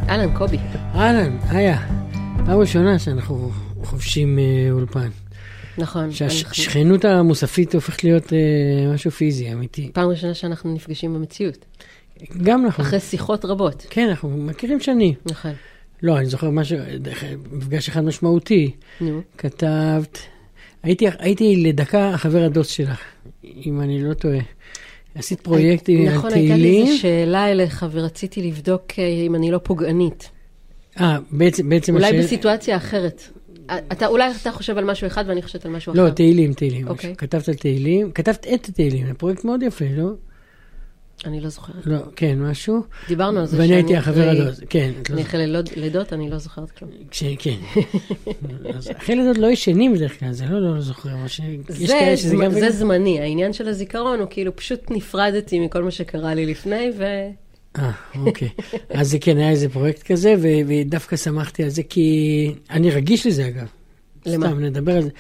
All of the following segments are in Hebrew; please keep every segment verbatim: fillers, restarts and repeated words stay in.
אהלן, קובי. אהלן, היה. פעם ראשונה שאנחנו חובשים אה, אולפן. נכון. שהשכנות אנחנו... המוספית הופכת להיות אה, משהו פיזי, אמיתי. פעם ראשונה שאנחנו נפגשים במציאות. גם נכון. אחרי שיחות רבות. כן, אנחנו מכירים שנים. נכון. לא, אני זוכר משהו, מפגש אחד משמעותי. נו. כתבת, הייתי, הייתי לדקה החבר הדוס שלך, אם אני לא טועה. עשית פרויקטים על נכון, תהילים. הייתה לי איזו שאלה אליך, ורציתי לבדוק אם אני לא פוגענית. אה, בעצם, בעצם אולי השאל... בסיטואציה אחרת. אתה, אולי אתה חושב על משהו אחד, ואני חושבת על משהו אחר. לא, תהילים, תהילים. אוקיי. כתבת על תהילים, כתבת את התהילים, זה פרויקט מאוד יפה, לא? אני לא זוכרת. לא, כן, משהו. דיברנו על זה ואני הייתי החבר הדוס, כן. אני אחרי לידות, אני לא זוכרת כלום. כן. אחרי לידות לא ישנים בדרך כלל, זה לא לא זוכר. זה זמני, העניין של הזיכרון הוא כאילו פשוט נפרדתי מכל מה שקרה לי לפני ו... אה, אוקיי. אז זה כן, היה איזה פרויקט כזה, ודווקא שמחתי על זה, כי אני רגיש לזה אגב. למה? סתם, נדבר על זה.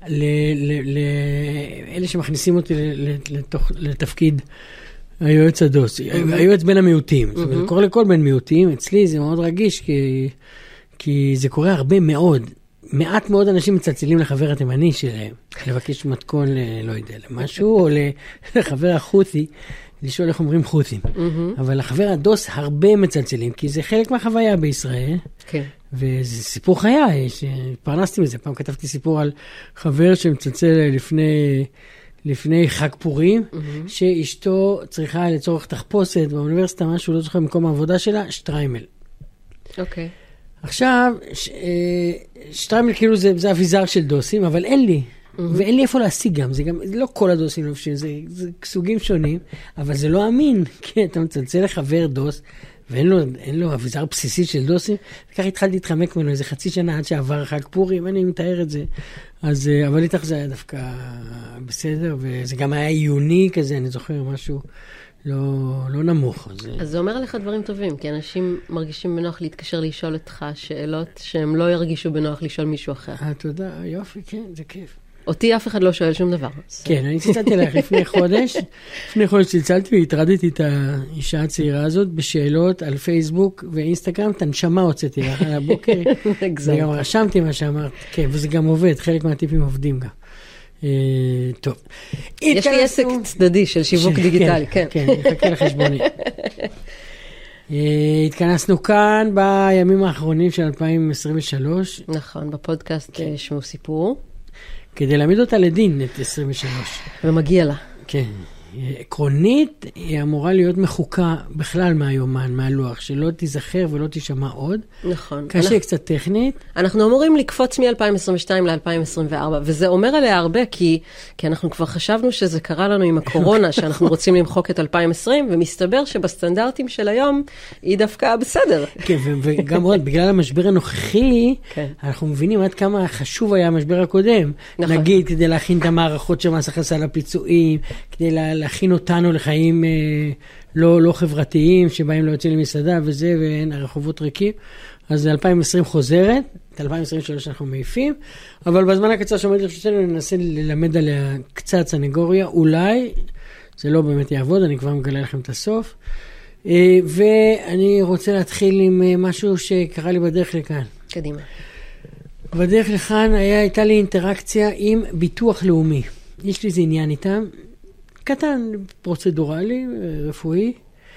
לאלה שמכניסים אותי לתפקיד היועץ הדוס, היועץ בין המיעוטים. זאת אומרת, קורה לכל בין מיעוטים, אצלי זה מאוד רגיש, כי זה קורה הרבה מאוד. מעט מאוד אנשים מצלצלים לחבר התימני שלהם, לבקש מתכון, לא יודע, למשהו, או לחבר החותי, לשאול איך אומרים חותים. אבל לחבר הדוס הרבה מצלצלים, כי זה חלק מהחוויה בישראל. כן. וזה סיפור חיי, שפרנסתי מזה. פעם כתבתי סיפור על חבר שמצלצל לפני... לפני חג פורים, mm-hmm. שאשתו צריכה לצורך תחפושת באוניברסיטה, משהו לא זוכר במקום העבודה שלה, שטריימל. אוקיי. Okay. עכשיו, ש, שטריימל כאילו זה, זה אביזר של דוסים, אבל אין לי. Mm-hmm. ואין לי איפה להשיג גם. זה גם, לא כל הדוסים לובשים, זה, זה סוגים שונים, אבל זה לא אמין, כי אתה מצלצל לחבר דוס, ואין לו, אין לו אביזר בסיסי של דוסים, וכך התחלתי להתחמק ממנו איזה חצי שנה עד שעבר חג פורים, אני מתאר את זה. אז, אבל איתך זה היה דווקא בסדר, וזה גם היה עיוני כזה, אני זוכר משהו לא, לא נמוך. אז... אז זה אומר עליך דברים טובים, כי אנשים מרגישים בנוח להתקשר לשאול אותך שאלות, שהם לא ירגישו בנוח לשאול מישהו אחר. אה, תודה, יופי, כן, זה כיף. אותי אף אחד לא שואל שום דבר. כן, אני צלצלתי לך לפני חודש, לפני חודש צלצלתי והתרדתי את האישה הצעירה הזאת בשאלות על פייסבוק ואינסטגרם, את הנשמה הוצאתי לך על הבוקר, וגם רשמתי מה שאמרת, כן, וזה גם עובד, חלק מהטיפים עובדים גם. טוב. יש לי עסק צדדי של שיווק דיגיטלי, כן. כן, אני מחכה לחשבוני. התכנסנו כאן בימים האחרונים של אלפיים עשרים ושלוש. נכון, בפודקאסט שמו סיפור. כדי להעמיד אותה לדין את עשרים ושלוש. ומגיע לה. כן. עקרונית, היא אמורה להיות מחוקה בכלל מהיומן, מהלוח, שלא תיזכר ולא תשמע עוד. נכון. קשה אנחנו, קצת טכנית. אנחנו אמורים לקפוץ מ-אלפיים עשרים ושתיים ל-אלפיים עשרים וארבע, וזה אומר עליה הרבה, כי, כי אנחנו כבר חשבנו שזה קרה לנו עם הקורונה, שאנחנו רוצים למחוק את אלפיים עשרים, ומסתבר שבסטנדרטים של היום, היא דווקא בסדר. כן, וגם עוד, בגלל המשבר הנוכחי, כן. אנחנו מבינים עד כמה חשוב היה המשבר הקודם. נכון. נגיד, כדי להכין את המערכות של מס הכנסה לפיצויים, כדי לה, להכין אותנו לחיים אה, לא, לא חברתיים, שבהם לא יוצאים למסעדה וזה, ואין הרחובות ריקים. אז אלפיים עשרים חוזרת, את אלפיים עשרים ושלוש אנחנו מעיפים, אבל בזמן הקצר שעומד לפשוטנו, ננסה ללמד עליה קצת סנגוריה, אולי, זה לא באמת יעבוד, אני כבר מגלה לכם את הסוף. אה, ואני רוצה להתחיל עם אה, משהו שקרה לי בדרך לכאן. קדימה. בדרך לכאן היה, הייתה לי אינטראקציה עם ביטוח לאומי. יש לי איזה עניין איתם, קטן, פרוצדורלי, רפואי.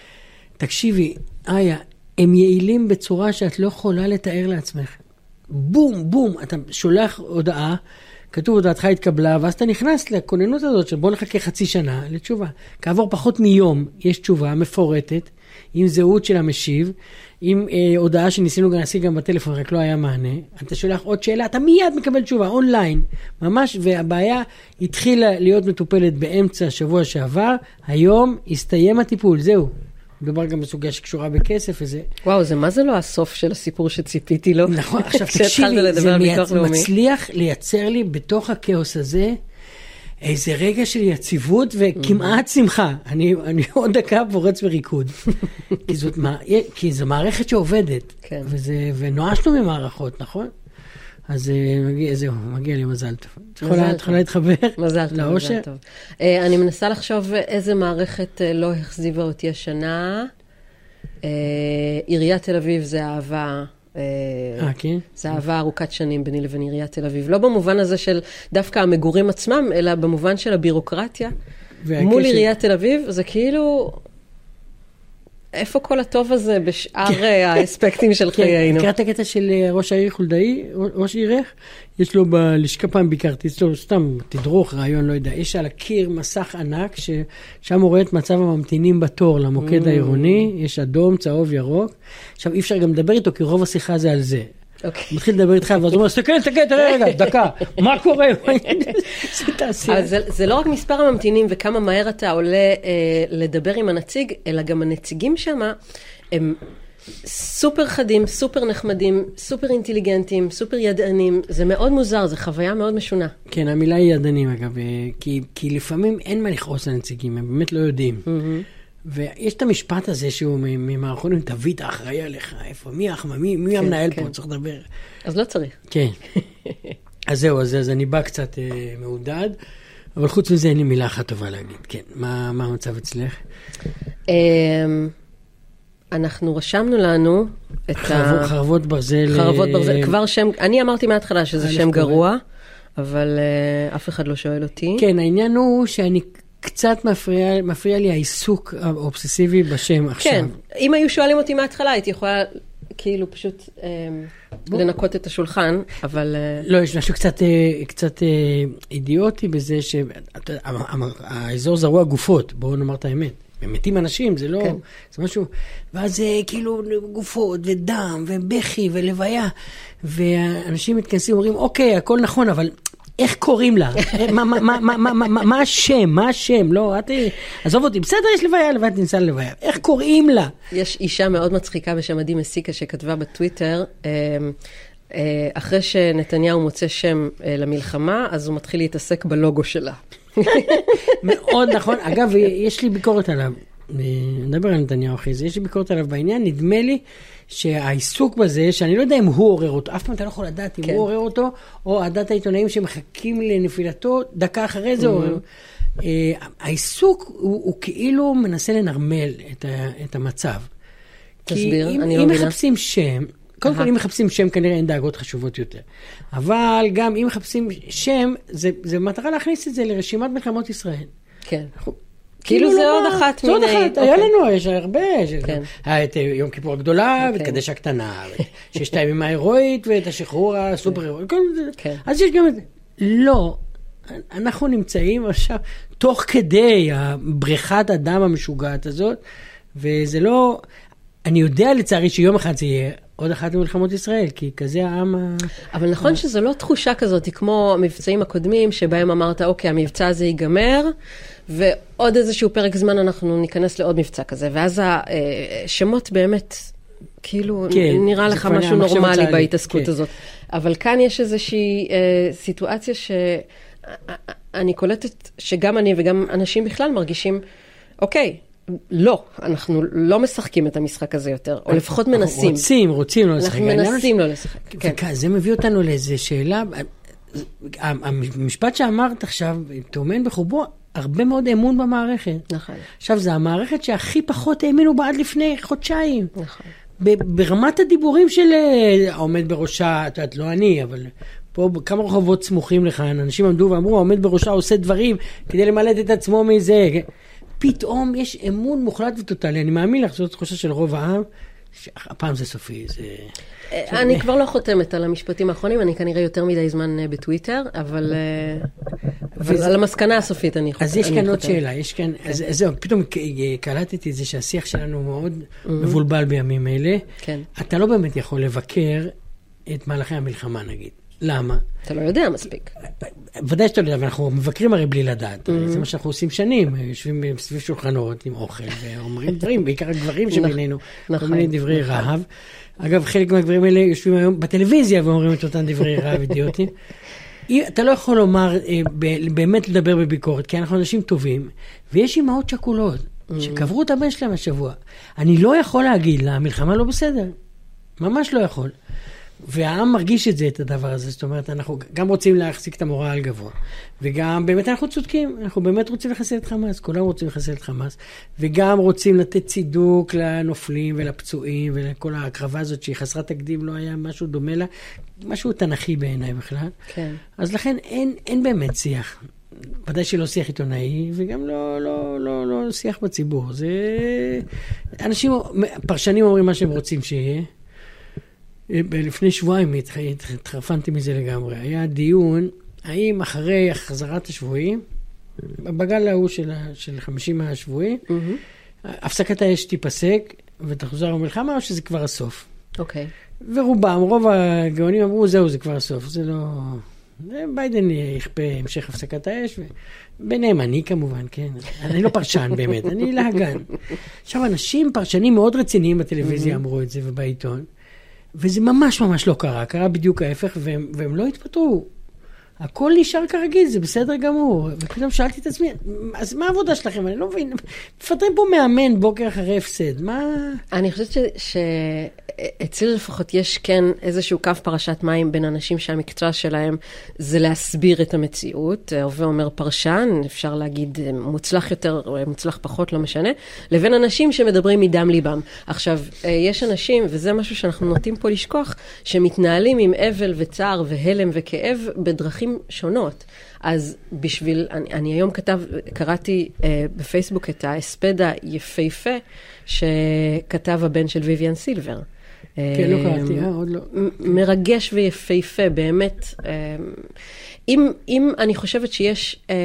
תקשיבי, איה, הם יעילים בצורה שאת לא יכולה לתאר לעצמך. בום, בום, אתה שולח הודעה, כתוב הודעתך התקבלה, ואז אתה נכנס לכוננות הזאת, שבוא נחכה חצי שנה לתשובה. כעבור פחות מיום, יש תשובה מפורטת, עם זהות של המשיב, עם אה, הודעה שניסינו להשיג גם בטלפון, רק לא היה מענה. אתה שולח עוד שאלה, אתה מיד מקבל תשובה, אונליין, ממש, והבעיה התחילה להיות מטופלת באמצע השבוע שעבר, היום הסתיים הטיפול, זהו. מדובר גם בסוגיה שקשורה בכסף וזה. וואו, זה מה זה לא הסוף של הסיפור שציפיתי לו? נכון, עכשיו תקשיבי, זה מייצ... מצליח לייצר לי בתוך הכאוס הזה, איזה רגע של יציבות וכמעט שמחה. אני, אני עוד דקה פורץ בריקוד. כי, זאת, כי זו מערכת שעובדת. כן. וזה, ונואשנו ממערכות, נכון? אז מגיע, זהו, מגיע לי מזל טוב. את יכולה להתחבר לאושר? מזל טוב. אני מנסה לחשוב איזה מערכת לא החזיבה אותי השנה. עיריית תל אביב זה אהבה, אה, כן? זה אהבה ארוכת שנים ביני לבין עיריית תל אביב. לא במובן הזה של דווקא המגורים עצמם, אלא במובן של הבירוקרטיה. מול עיריית תל אביב, זה כאילו... איפה כל הטוב הזה בשאר האספקטים של חיינו? קראת הקטע של ראש העיר חולדאי, ראש עירך, יש לו בלשכה פעם ביקרתי, יש לו סתם תדרוך, רעיון, לא יודע, יש על הקיר מסך ענק, ששם הוא רואה את מצב הממתינים בתור למוקד העירוני, יש אדום, צהוב, ירוק, עכשיו אי אפשר גם לדבר איתו, כי רוב השיחה זה על זה. הוא מתחיל לדבר איתך, ואז הוא אומר, סתכל, סתכל, תראה רגע, דקה, מה קורה? זה לא רק מספר הממתינים וכמה מהר אתה עולה לדבר עם הנציג, אלא גם הנציגים שם הם סופר חדים, סופר נחמדים, סופר אינטליגנטים, סופר ידענים. זה מאוד מוזר, זו חוויה מאוד משונה. כן, המילה היא ידענים אגב, כי לפעמים אין מה לכעוס לנציגים, הם באמת לא יודעים. ויש את המשפט הזה שהוא ממערכונים, תביא את האחראי עליך, איפה, מי האחמה, מי, מי כן, המנהל כן. פה, צריך לדבר. אז לא צריך. כן. אז זהו, אז, אז אני בא קצת אה, מעודד, אבל חוץ מזה אין לי מילה אחת טובה להגיד. כן, מה, מה המצב אצלך? אה, אנחנו רשמנו לנו את חרבות, ה... חרבות ברזל. חרבות ברזל, כבר שם, אני אמרתי מההתחלה שזה שם גרוע, אבל אה, אף אחד לא שואל אותי. כן, העניין הוא שאני... קצת מפריע, מפריע לי העיסוק האובססיבי בשם עכשיו. כן, אם היו שואלים אותי מההתחלה, הייתי יכולה כאילו פשוט אה, לנקות את השולחן, אבל... אה... לא, יש משהו קצת, אה, קצת אה, אידיוטי בזה שהאזור זרוע גופות, בואו נאמר את האמת. מתים אנשים, זה לא... כן. זה משהו... ואז זה כאילו גופות ודם ובכי ולוויה, ואנשים מתכנסים ואומרים, אוקיי, הכל נכון, אבל... איך קוראים לה? מה, מה, מה, מה, מה, מה, מה השם? מה השם? לא, את... עזוב אותי, בסדר, יש לוויה, לוויה תנסה ללוויה. איך קוראים לה? יש אישה מאוד מצחיקה בשם עדי מסיקה שכתבה בטוויטר, אחרי שנתניהו מוצא שם למלחמה, אז הוא מתחיל להתעסק בלוגו שלה. מאוד נכון. אגב, יש לי ביקורת עליו. נדבר על נתניהו אחרי זה. יש לי ביקורת עליו בעניין. נדמה לי שהעיסוק בזה, שאני לא יודע אם הוא עורר אותו, אף פעם אתה לא יכול לדעת אם כן. הוא עורר אותו, או עדת העיתונאים שמחכים לנפילתו, דקה אחרי זה עורר. Mm-hmm. Uh, העיסוק הוא, הוא כאילו מנסה לנרמל את, ה, את המצב. תסביר, אם, אני אם לא מבינה. אם מחפשים שם, קודם כל אם מחפשים שם כנראה אין דאגות חשובות יותר. אבל גם אם מחפשים שם, זה, זה מטרה להכניס את זה לרשימת מלחמות ישראל. כן. כאילו זה עוד אחת מיני... זה עוד אחת, היה לנו, יש הרבה. היה את יום כיפור הגדולה, ואת קדש הקטנה, שיש את הימים ההירואית, ואת השחרור הסופר הירואית. אז יש גם את זה. לא, אנחנו נמצאים עכשיו, תוך כדי הבריכת הדם המשוגעת הזאת, וזה לא... אני יודע לצערי שיום אחד זה יהיה עוד אחת ממלחמות ישראל, כי כזה העם... אבל נכון שזו לא תחושה כזאת, כמו המבצעים הקודמים, שבהם אמרת, אוקיי, המבצע הזה ייגמר, ועוד איזשהו פרק זמן אנחנו ניכנס לעוד מבצע כזה, ואז השמות באמת, כאילו, כן, נראה לך משהו נורמלי בהתעסקות כן. הזאת. אבל כאן יש איזושהי אה, סיטואציה שאני קולטת, שגם אני וגם אנשים בכלל מרגישים, אוקיי, לא, אנחנו לא משחקים את המשחק הזה יותר, או לפחות מנסים. רוצים, רוצים לא לשחק. אנחנו מנסים לא לשחק. כן. זה מביא אותנו לאיזו שאלה, המשפט שאמרת עכשיו, תאומן בחובו, הרבה מאוד אמון במערכת. נכון. עכשיו, זה המערכת שהכי פחות האמינו בה עד לפני חודשיים. נכון. ברמת הדיבורים של העומד בראשה, את יודעת, לא אני, אבל פה כמה רחובות סמוכים לכאן, אנשים עמדו ואמרו, העומד בראשה עושה דברים כדי למלט את עצמו מזה. פתאום יש אמון מוחלט וטוטלי. אני מאמין לך, זאת תחושה של רוב העם, הפעם זה סופי. זה... אני כבר לא חותמת על המשפטים האחרונים, אני כנראה יותר מדי זמן בטוויטר, אבל על המסקנה הסופית אני חותמת. אז יש כאן עוד שאלה, יש כאן, אז זהו, פתאום קלטתי את זה שהשיח שלנו מאוד מבולבל בימים אלה. אתה לא באמת יכול לבקר את מהלכי המלחמה, נגיד. למה? אתה לא יודע מספיק. ודאי שאתה לא יודע, אבל אנחנו מבקרים הרי בלי לדעת. זה מה שאנחנו עושים שנים, יושבים סביב שולחנות עם אוכל, ואומרים דברים, בעיקר הגברים שבינינו, כל מיני דברי רהב. אגב, חלק מהגברים האלה יושבים היום בטלוויזיה, ואומרים את אותם דברי רהב אידיוטיים. אתה לא יכול לומר, באמת לדבר בביקורת, כי אנחנו אנשים טובים, ויש אמהות שכולות, שקברו את הבן שלהם השבוע. אני לא יכול להגיד לה, המלחמה לא בסדר. ממש לא יכול. והעם מרגיש את זה, את הדבר הזה, זאת אומרת, אנחנו גם רוצים להחזיק את המורל גבוה, וגם באמת אנחנו צודקים, אנחנו באמת רוצים לחסל את חמאס, כולם רוצים לחסל את חמאס, וגם רוצים לתת צידוק לנופלים ולפצועים, ולכל ההקרבה הזאת שהיא חסרת תקדים, לא היה משהו דומה לה, משהו תנכי בעיניי בכלל. כן. אז לכן אין, אין באמת שיח. ודאי שלא שיח עיתונאי, וגם לא, לא, לא, לא שיח בציבור. זה, אנשים, פרשנים אומרים מה שהם רוצים שיהיה. לפני שבועיים התחרפנתי מזה לגמרי. היה דיון, האם אחרי החזרת השבועים, בגל ההוא של, של חמישים השבועים, mm-hmm. הפסקת האש תיפסק, ותחזור המלחמה, או שזה כבר הסוף. אוקיי. Okay. ורובם, רוב הגאונים אמרו, זהו, זה כבר הסוף. זה לא... ביידן יכפה המשך הפסקת האש, וביניהם אני כמובן, כן. אני לא פרשן באמת, אני להגן. עכשיו, אנשים פרשנים מאוד רציניים בטלוויזיה אמרו את זה ובעיתון, וזה ממש ממש לא קרה, קרה בדיוק ההפך, והם, והם לא התפטרו. הכל נשאר כרגיל, זה בסדר גמור. ופתאום שאלתי את עצמי, אז מה העבודה שלכם? אני לא מבין. מפטרים פה מאמן בוקר אחרי הפסד. מה... אני חושבת שאצלי לפחות יש כן איזשהו קו פרשת מים בין אנשים שהמקצוע שלהם זה להסביר את המציאות, הווה אומר פרשן, אפשר להגיד מוצלח יותר, מוצלח פחות, לא משנה, לבין אנשים שמדברים מדם ליבם. עכשיו, יש אנשים, וזה משהו שאנחנו נוטים פה לשכוח, שמתנהלים עם אבל וצער והלם וכאב בדרכים שונות. אז בשביל, אני, אני היום כתב, קראתי אה, בפייסבוק את ההספד היפהפה שכתב הבן של ויויאן סילבר. כן, לא קראתי, אה, עוד לא. מרגש ויפהפה, באמת. אה, אם, אם אני חושבת שיש, אה,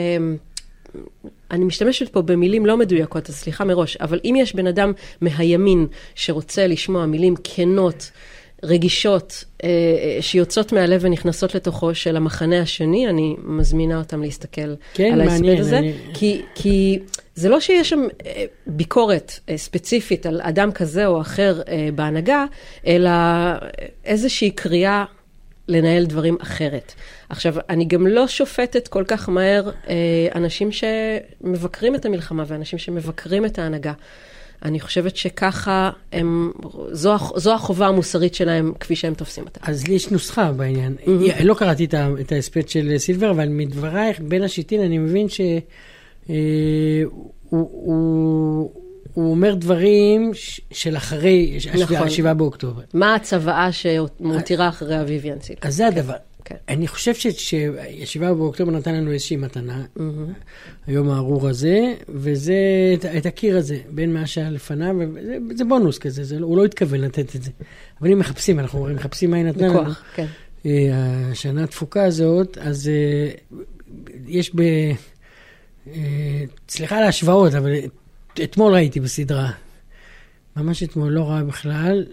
אני משתמשת פה במילים לא מדויקות, אז סליחה מראש, אבל אם יש בן אדם מהימין שרוצה לשמוע מילים כנות, רגישות שיוצאות מהלב ונכנסות לתוכו של המחנה השני, אני מזמינה אותם להסתכל כן, על ההספד הזה, אני... כי, כי זה לא שיש שם ביקורת ספציפית על אדם כזה או אחר בהנהגה, אלא איזושהי קריאה לנהל דברים אחרת. עכשיו, אני גם לא שופטת כל כך מהר אנשים שמבקרים את המלחמה ואנשים שמבקרים את ההנהגה. אני חושבת שככה הם, זו, זו החובה המוסרית שלהם כפי שהם תופסים אותה. אז לי יש נוסחה בעניין. Mm-hmm. לא קראתי את ההספד של סילבר, אבל מדברייך בין השיטין אני מבין שהוא הוא, הוא אומר דברים של אחרי נכון. השבעה באוקטובר. מה הצוואה שמותירה אחרי ויויאן סילבר? אז זה הדבר. כן. אני חושב שהשבעה באוקטובר נתן לנו איזושהי מתנה, mm-hmm. היום הארור הזה, וזה את, את הקיר הזה, בין מה שהיה לפניו, וזה, זה בונוס כזה, זה, הוא לא התכוון לתת את זה. אבל אם מחפשים, אנחנו אומרים, מחפשים מה היא נתנה לנו. בכוח, כן. השנה התפוקה הזאת, אז יש ב... סליחה על ההשוואות, אבל אתמול ראיתי בסדרה, ממש אתמול לא רע בכלל,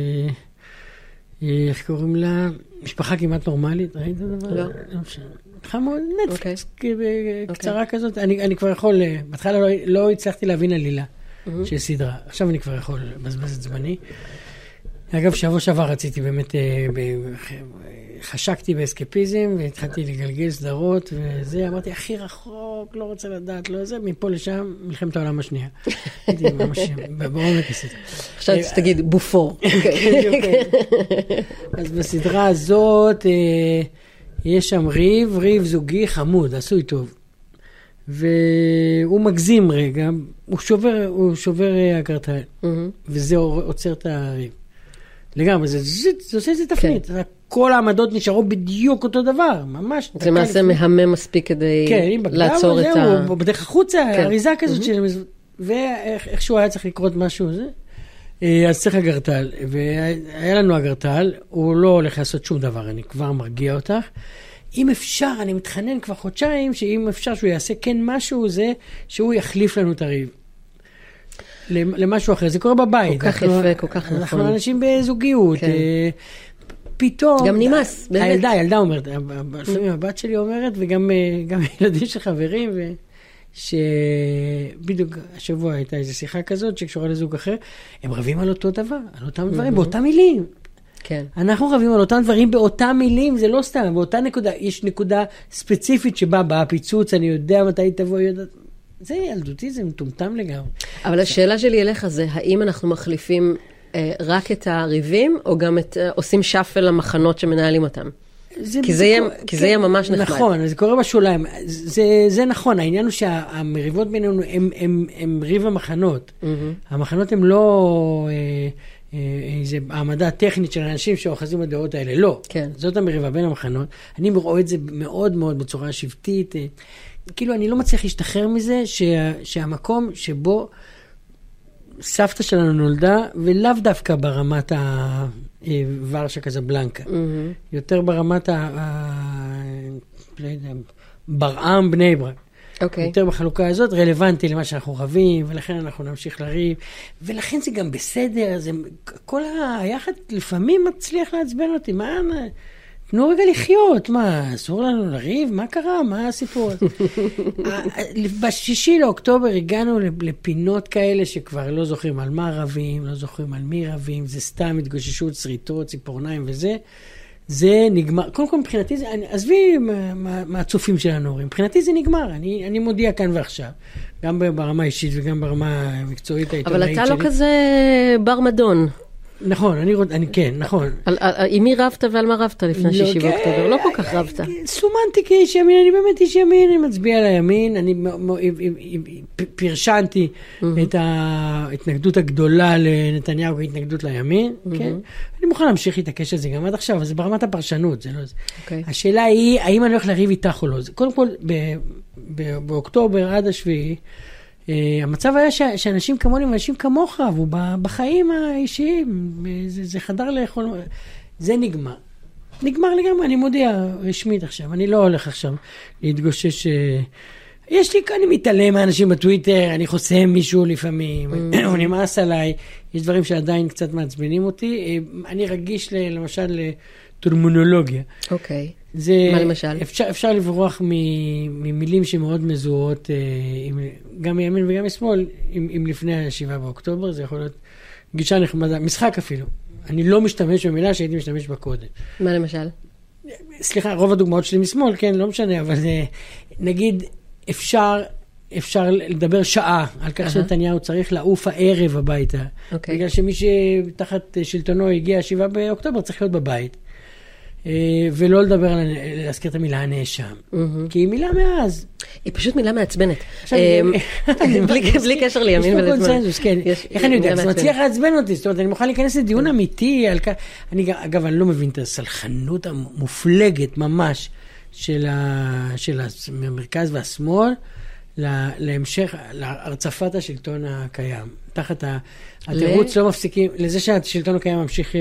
איך קוראים לה? משפחה כמעט נורמלית, ראית את הדבר? לא. חמוד, נטפליקס, קצרה כזאת. אני כבר יכול, בהתחלה לא הצלחתי להבין עלילה של סדרה. עכשיו אני כבר יכול לבזבז את זמני. אגב, שבוע שעבר רציתי באמת, חשקתי באסקפיזם, והתחלתי לגלגל סדרות, וזה, אמרתי, הכי רחוק, לא רוצה לדעת, לא זה, מפה לשם, מלחמת העולם השנייה. הייתי ממש בעומק הסדרה. עכשיו תגיד, בופור. אז בסדרה הזאת, יש שם ריב, ריב זוגי חמוד, עשוי טוב. והוא מגזים רגע, הוא שובר, הוא שובר אגרטל, וזה עוצר את הריב. לגמרי, זה, זה, זה עושה את זה תפנית. כן. כל העמדות נשארו בדיוק אותו דבר, ממש. זה מעשה מהמם מספיק כדי כן, לעצור את ה... הוא בדרך החוצה, כן. האריזה כזאת mm-hmm. של... ואיכשהו היה צריך לקרות משהו, זה. אז צריך אגרטל, והיה לנו אגרטל, הוא לא הולך לעשות שום דבר, אני כבר מרגיע אותך. אם אפשר, אני מתחנן כבר חודשיים, שאם אפשר שהוא יעשה כן משהו, זה שהוא יחליף לנו את הריב. למשהו אחר, זה קורה בבית. כל כך יפה, כל כך נכון. אנחנו אנשים בזוגיות, פתאום... גם נמאס, באמת. הילדה, הילדה אומרת, לפעמים הבת שלי אומרת, וגם ילדים של חברים, שבדיוק השבוע הייתה איזו שיחה כזאת, שקשורה לזוג אחר, הם רבים על אותו דבר, על אותם דברים, באותם מילים. כן. אנחנו רבים על אותם דברים באותם מילים, זה לא סתם, באותה נקודה, יש נקודה ספציפית שבה באה הפיצוץ, אני יודע מתי תבוא, יודעת... זה ילדותי, זה מטומטם לגמרי. אבל השאלה שלי אליך זה, האם אנחנו מחליפים רק את הריבים, או גם את, עושים שפל למחנות שמנהלים אותם? כי זה יהיה, כי זה יהיה ממש נחמד. נכון, זה קורה בשוליים. זה, זה נכון, העניין הוא שהמריבות בינינו הם, הם, הם ריב המחנות. המחנות הם לא איזו העמדה טכנית של אנשים שאוחזים בדעות האלה. לא. זאת המריבה בין המחנות. אני רואה את זה מאוד מאוד בצורה שבטית. כאילו, אני לא מצליח להשתחרר מזה שהמקום שבו סבתא שלנו נולדה, ולאו דווקא ברמת ה... ורשה קזבלנקה. יותר ברמת ה... ברעם בני ברק. יותר בחלוקה הזאת, רלוונטי למה שאנחנו רבים, ולכן אנחנו נמשיך לריב, ולכן זה גם בסדר, כל היחד לפעמים מצליח לעצבן אותי, מה... תנו רגע לחיות, מה, אסור לנו לריב? מה קרה? מה הסיפור? בשישי לאוקטובר הגענו לפינות כאלה שכבר לא זוכרים על מה רבים, לא זוכרים על מי רבים, זה סתם התגוששות, שריטות, ציפורניים וזה. זה נגמר. קודם כל מבחינתי זה, עזבי מהצופים שלנו, מבחינתי זה נגמר. אני, אני מודיע כאן ועכשיו. גם ברמה האישית וגם ברמה המקצועית העיתונאית שלי. אבל אתה לא כזה בר מדון. נכון, אני רוצה, אני כן, נכון. עם מי רבת ועל מה רבת לפני שישי באוקטובר? לא כל כך רבת. סומנתי כאיש ימין, אני באמת איש ימין, אני מצביע על הימין, אני פרשנתי את ההתנגדות הגדולה לנתניהו כהתנגדות לימין, כן? אני מוכן להמשיך להתעקש על זה גם עד עכשיו, אבל זה ברמת הפרשנות, זה לא זה. השאלה היא, האם אני הולך לריב איתך או לא? קודם כל, באוקטובר עד השביעי, המצב היה שאנשים כמוני ואנשים כמוך, ובחיים האישיים, זה, זה חדר לאכול, זה נגמר. נגמר לגמרי, אני מודיע רשמית עכשיו, אני לא הולך עכשיו להתגושש, יש לי, אני מתעלם מהאנשים בטוויטר, אני חוסם מישהו לפעמים, הוא נמאס עליי, יש דברים שעדיין קצת מעצבנים אותי, אני רגיש ל, למשל לטורמונולוגיה. אוקיי. זה, מה למשל? אפשר, אפשר לברוח ממילים שמאוד מזוהות, גם מימין וגם משמאל, אם לפני השבעה באוקטובר, זה יכול להיות גישה נחמדה, משחק אפילו. אני לא משתמש במילה שהייתי משתמש בה קודם. מה למשל? סליחה, רוב הדוגמאות שלי משמאל, כן, לא משנה, אבל נגיד, אפשר, אפשר לדבר שעה על כך שנתניהו צריך לעוף הערב הביתה, בגלל שמי שתחת שלטונו הגיע השבעה באוקטובר צריך להיות בבית. ולא לדבר על, להזכיר את המילה הנאשם. כי היא מילה מאז. היא פשוט מילה מעצבנת. בלי קשר לימין ולשמאל. יש פה קונסנזוס, כן. איך אני יודע? זה מצליח לעצבן אותי. זאת אומרת, אני מוכן להיכנס לדיון אמיתי. אגב, אני לא מבין את הסלחנות המופלגת ממש של המרכז והשמאל להמשך, להרצפת השלטון הקיים. תחת התירוץ לא מפסיקים, לזה שהשלטון הקיים ממשיך...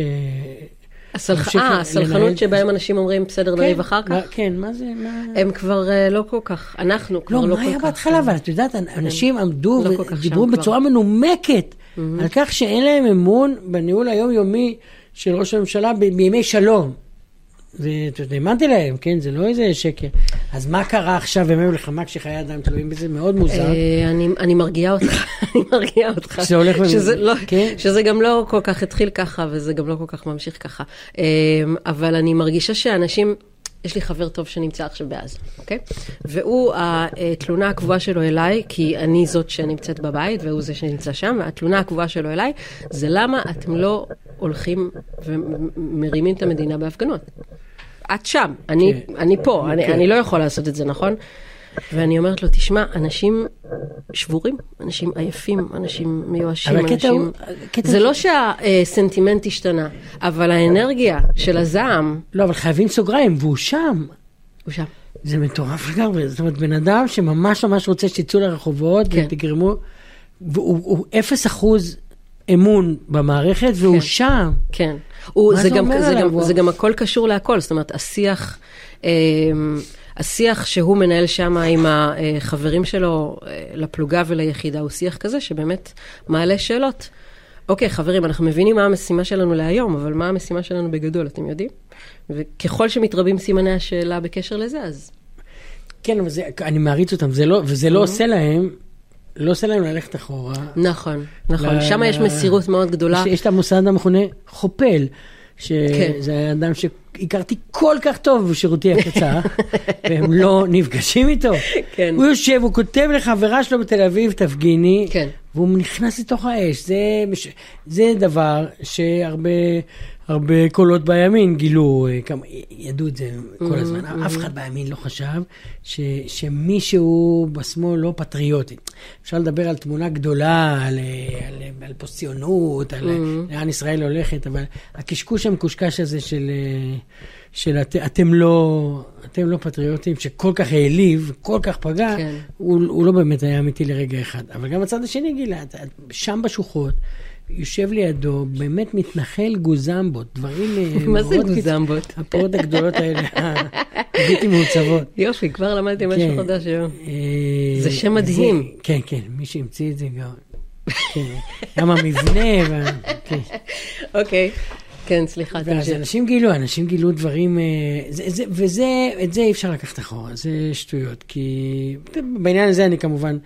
אה, הסלחנות שבהם אנשים אומרים בסדר נריב אחר כך? כן, מה זה? הם כבר לא כל כך, אנחנו כבר לא כל כך. לא, מה היה בהתחלה? אבל את יודעת, אנשים עמדו ודיברו בצורה מנומקת על כך שאין להם אמון בניהול היומיומי של ראש הממשלה בימי שלום. והאמנתי להם, כן? זה לא איזה שקר. אז מה קרה עכשיו בימי מלחמה כשחיי אדם תלויים בזה? מאוד מוזר. אני מרגיעה אותך, אני מרגיעה אותך. שזה הולך במ... שזה גם לא כל כך התחיל ככה, וזה גם לא כל כך ממשיך ככה. אבל אני מרגישה שאנשים, יש לי חבר טוב שנמצא עכשיו בעזה, אוקיי? והוא, התלונה הקבועה שלו אליי, כי אני זאת שנמצאת בבית, והוא זה שנמצא שם, והתלונה הקבועה שלו אליי, זה למה אתם לא הולכים ומרימים את המדינה בהפגנות. את שם, אני, אני פה, אני, אני לא יכול לעשות את זה, נכון? ואני אומרת לו, תשמע, אנשים שבורים, אנשים עייפים, אנשים מיואשים, אנשים... זה לא שהסנטימנט השתנה, אבל האנרגיה של הזעם... לא, אבל חייבים סוגריים, והוא שם. הוא שם. זה מטורף לגמרי, זאת אומרת, בן אדם שממש ממש רוצה שתצאו לרחובות, ותגרמו, והוא אפס אחוז אמון במערכת, והוא שם. כן. זה גם, זה גם, זה גם הכל קשור להכל, זאת אומרת, השיח, השיח שהוא מנהל שם עם החברים שלו לפלוגה וליחידה, הוא שיח כזה שבאמת מעלה שאלות. אוקיי, חברים, אנחנו מבינים מה המשימה שלנו להיום, אבל מה המשימה שלנו בגדול, אתם יודעים? וככל שמתרבים סימני השאלה בקשר לזה, אז... כן, אבל זה, אני מעריץ אותם, זה לא, וזה לא עושה להם, לא עושה להם ללכת אחורה. נכון, נכון. שם יש מסירות מאוד גדולה. יש את המוסד המכונה חופל, שזה היה אדם שהכרתי כל כך טוב בשירותי הקצר, והם לא נפגשים איתו. הוא יושב, הוא כותב לחברה שלו בתל אביב, תפגיני, והוא נכנס לתוך האש. זה, זה דבר שהרבה הרבה קולות בימין גילו, ידעו את זה כל הזמן. אף אחד בימין לא חשב ש, שמישהו בשמאל לא פטריוטי. אפשר לדבר על תמונה גדולה, על, על, על פוסט-ציונות, על לאן ישראל הולכת, אבל הקשקוש המקושקש הזה של... של את, אתם לא, אתם לא פטריוטים, שכל כך העליב, כל כך פגע, כן. הוא, הוא לא באמת היה אמיתי לרגע אחד. אבל גם הצד השני, גילה, שם בשוחות, יושב לידו, באמת מתנחל גוזמבות, דברים... מה זה גוזמבות? הפרות הגדולות האלה, הבלתי מעוצבות. יופי, כבר למדתי משהו חדש היום. זה שם מדהים. כן, כן, מי שהמציא את זה גם. גם המבנה, אוקיי. כן, סליחה. ואז אנשים גילו, אנשים גילו דברים, וזה, את זה אי אפשר לקחת אחורה, זה שטויות, כי בעניין הזה אני כמובן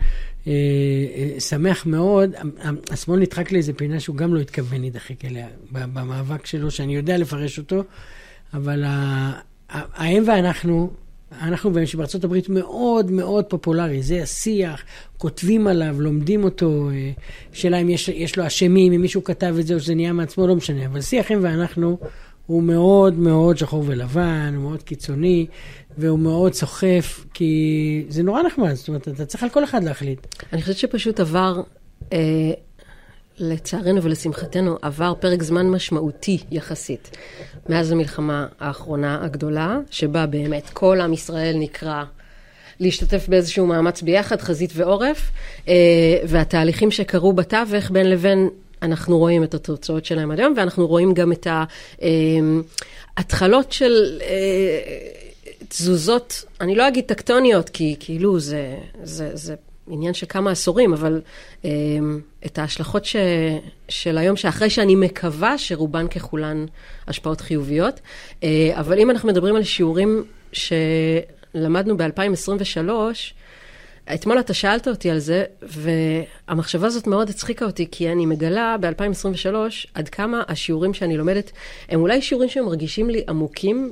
שמח מאוד, השמאל נדחק לאיזה פינה שהוא גם לא התכוון להידחק אליה, במאבק שלו, שאני יודע לפרש אותו, אבל ההם ואנחנו, אנחנו בארצות הברית מאוד מאוד פופולרי, זה השיח, כותבים עליו, לומדים אותו, שאלה אם יש, יש לו אשמים, אם מישהו כתב את זה או שזה נהיה מעצמו, לא משנה, אבל שיח הם ואנחנו הוא מאוד מאוד שחור ולבן, הוא מאוד קיצוני, והוא מאוד סוחף, כי זה נורא נחמד, זאת אומרת, אתה צריך על כל אחד להחליט. אני חושבת שפשוט עבר, אה, לצערנו ולשמחתנו, עבר פרק זמן משמעותי יחסית, מאז המלחמה האחרונה הגדולה, שבה באמת כל עם ישראל נקרא להשתתף באיזשהו מאמץ ביחד, חזית ועורף, והתהליכים שקרו בתווך בין לבין, אנחנו רואים את התוצאות שלהם עד היום, ואנחנו רואים גם את ההתחלות של תזוזות, אני לא אגיד טקטוניות, כי כאילו זה, זה, זה עניין של כמה עשורים, אבל את ההשלכות ש, של היום, שאחרי שאני מקווה שרובן ככולן השפעות חיוביות, אבל אם אנחנו מדברים על שיעורים ש... למדנו ב-אלפיים עשרים ושלוש, אתמול אתה שאלת אותי על זה, והמחשבה הזאת מאוד הצחיקה אותי, כי אני מגלה ב-אלפיים עשרים ושלוש, עד כמה השיעורים שאני לומדת, הם אולי שיעורים שהם מרגישים לי עמוקים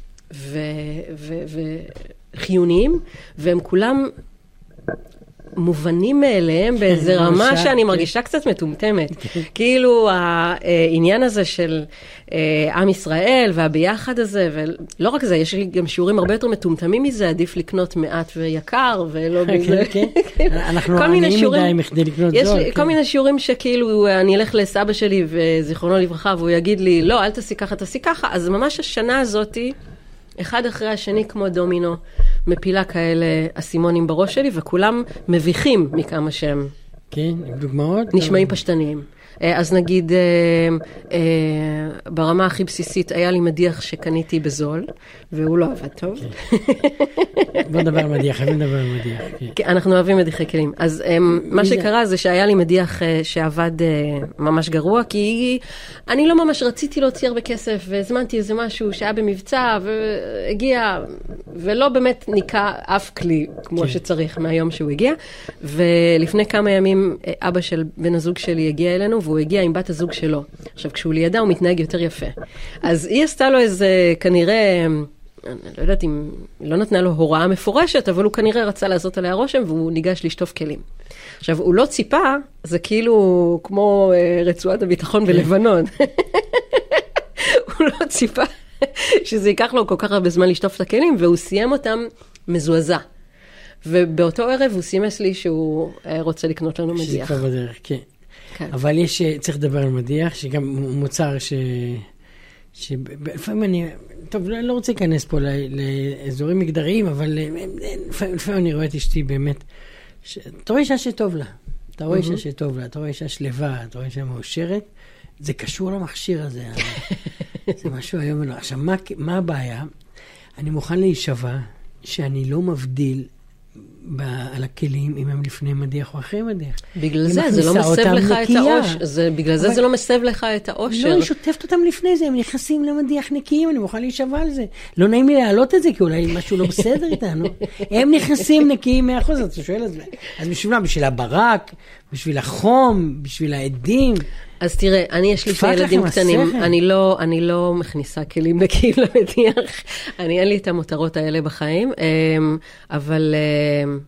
וחיוניים, והם כולם מובנים מאליהם באיזה רמה שאני מרגישה קצת מטומטמת. כאילו העניין הזה של עם ישראל והביחד הזה, ולא רק זה, יש גם שיעורים הרבה יותר מטומטמים מזה, עדיף לקנות מעט ויקר, ולא בזה. אנחנו עניים מדי מכדי לקנות זול. יש כל מיני שיעורים שכאילו אני אלך לסבא שלי וזיכרונו לברכה, והוא יגיד לי, לא, אל תעשי ככה, תעשי ככה. אז ממש השנה הזאת, אחד אחרי השני כמו דומינו, מפילה כאלה אסימונים בראש שלי, וכולם מביכים מכמה שהם. כן, דוגמאות? נשמעים פשטניים. אז נגיד, ברמה הכי בסיסית, היה לי מדיח שקניתי בזול, והוא לא עבד טוב. בוא נדבר על מדיח, חייבים לדבר על מדיח. אנחנו אוהבים מדיחי כלים. אז מה שקרה זה שהיה לי מדיח שעבד ממש גרוע, כי אני לא ממש רציתי להוציא הרבה כסף, והזמנתי איזה משהו שהיה במבצע, והגיע, ולא באמת ניקה אף כלי כמו שצריך מהיום שהוא הגיע. ולפני כמה ימים, אבא של בן הזוג שלי הגיע אלינו, והוא הגיע עם בת הזוג שלו. עכשיו, כשהוא לידה, הוא מתנהג יותר יפה. אז היא עשתה לו איזה, כנראה, אני לא יודעת אם, היא לא נתנה לו הוראה מפורשת, אבל הוא כנראה רצה לעשות עליה רושם, והוא ניגש לשטוף כלים. עכשיו, הוא לא ציפה, זה כאילו כמו רצועת הביטחון בלבנון. הוא לא ציפה שזה ייקח לו כל כך הרבה זמן לשטוף את הכלים, והוא סיים אותם מזועזע. ובאותו ערב הוא סימס לי שהוא רוצה לקנות לנו מדיח. שזה בדרך, כן. כן. אבל יש, צריך לדבר על מדיח, שגם מוצר ש... שלפעמים אני, טוב, לא, לא רוצה להיכנס פה לאזורים מגדריים, אבל לפעמים אני רואה את אשתי באמת, ש... אתה רואה אישה שטוב לה, אתה רואה אישה שטוב לה, אתה רואה אישה שלווה, אתה רואה אישה מאושרת, זה קשור למכשיר הזה, זה משהו היום. עכשיו, מה, מה הבעיה? אני מוכן להישבע שאני לא מבדיל על הכלים, אם הם לפני מדיח או אחרי מדיח. בגלל זה, זה לא מסב לך את האושר. בגלל זה זה לא מסב לך את האושר. לא, אני שוטפת אותם לפני זה, הם נכנסים למדיח נקיים, אני מוכן להישבע על זה. לא נעים לי להעלות את זה, כי אולי משהו לא בסדר איתנו. הם נכנסים נקיים מאה אחוז, אתה שואל את זה. אז בשביל מה? בשביל הברק, בשביל החום, בשביל העדים. אז תראה, אני יש לי ילדים קטנים, אני לא, אני לא מכניסה כלים נקיים למדיח, אני אין לי את המותרות האלה בחיים, אבל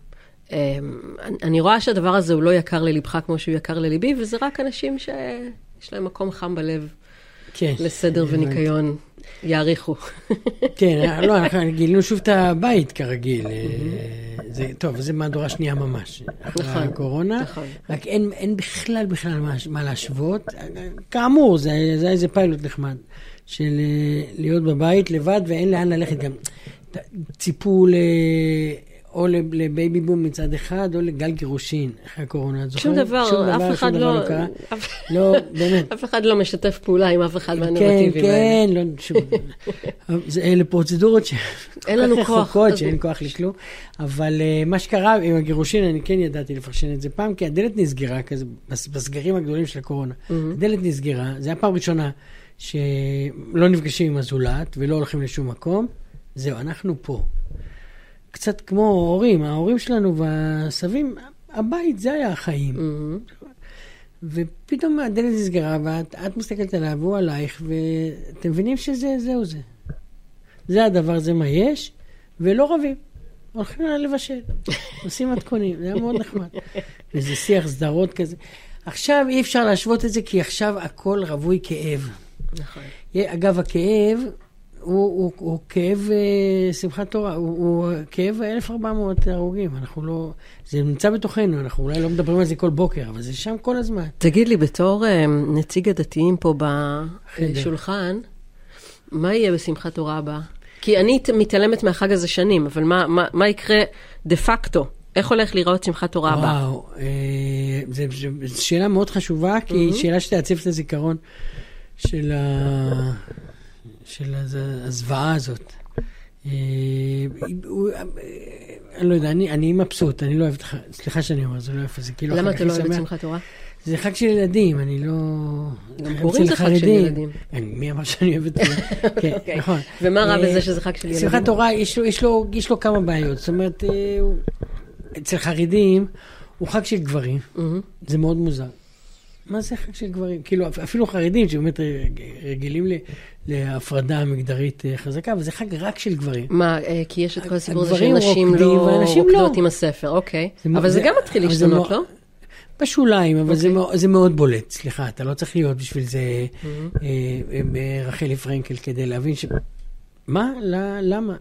אני רואה שהדבר הזה הוא לא יקר ללבך כמו שהוא יקר לליבי, וזה רק אנשים שיש להם מקום חם בלב לסדר וניקיון. יעריכו. כן, לא, אנחנו גילינו שוב את הבית כרגיל. טוב, זה מהדורה שנייה ממש. אחרי הקורונה. רק אין בכלל בכלל מה להשוות. כאמור, זה היה איזה פיילוט נחמד. של להיות בבית לבד ואין לאן ללכת גם. ציפו או לבייבי בום מצד אחד, או לגל גירושין אחרי הקורונה. שום דבר, אף אחד לא... לא, באמת. אף אחד לא משתף פעולה עם אף אחד מהנרטיבים האלה. כן, כן, לא, שום... אלה פרוצדורות שאין לנו כוח. שאין כוח לכלום. אבל מה שקרה עם הגירושין, אני כן ידעתי לפרשן את זה פעם, כי הדלת נסגרה, כזה, בסגרים הגדולים של הקורונה. הדלת נסגרה, זה היה פעם ראשונה שלא נפגשים עם הזולת, ולא הולכים לשום מקום. זהו, אנחנו פה. קצת כמו הורים, ההורים שלנו והסבים, הבית זה היה החיים. Mm-hmm. ופתאום הדלת נסגרה, ואת את מסתכלת עליו, הוא עלייך, ואתם מבינים שזה, זהו זה. זה הדבר, זה מה יש, ולא רבים. הולכים לבשל, עושים מתכונים, זה היה מאוד נחמד. וזה שיח סדרות כזה. עכשיו אי אפשר להשוות את זה, כי עכשיו הכל רווי כאב. נכון. אגב, הכאב... הוא, הוא, הוא כאב שמחת תורה, הוא, הוא כאב אלף וארבע מאות הרוגים, אנחנו לא, זה נמצא בתוכנו, אנחנו אולי לא מדברים על זה כל בוקר, אבל זה שם כל הזמן. תגיד לי, בתור נציג הדתיים פה בשולחן, מה יהיה בשמחת תורה הבאה? כי אני מתעלמת מהחג הזה שנים, אבל מה, מה, מה יקרה דה פקטו? איך הולך לראות שמחת תורה הבאה? וואו, זו שאלה מאוד חשובה, כי היא שאלה שתעצב את הזיכרון של ה... של הזוועה הזאת. אני לא יודע, אני מבסוט, אני לא אוהב, סליחה שאני אומר, זה לא אוהב, זה כאילו... למה אתה לא אוהב את שמחת תורה? זה חג של ילדים, אני לא... גם פורים זה חג של ילדים. מי אמר שאני אוהב את זה? כן, נכון. ומה רע בזה שזה חג של ילדים? שמחת תורה, יש לו כמה בעיות. זאת אומרת, אצל חרדים, הוא חג של גברים. זה מאוד מוזר. מה זה חג של גברים? כאילו, אפילו חרדים שבאמת רגילים להפרדה מגדרית חזקה, אבל זה חג רק של גברים. מה, כי יש את כל הסיפור הזה שנשים לא רוקדות עם הספר, אוקיי. אבל זה גם מתחיל להשתנות, לא? בשוליים, אבל זה מאוד בולט. סליחה, אתה לא צריך להיות בשביל זה רחלי פרנקל כדי להבין ש... מה? למה?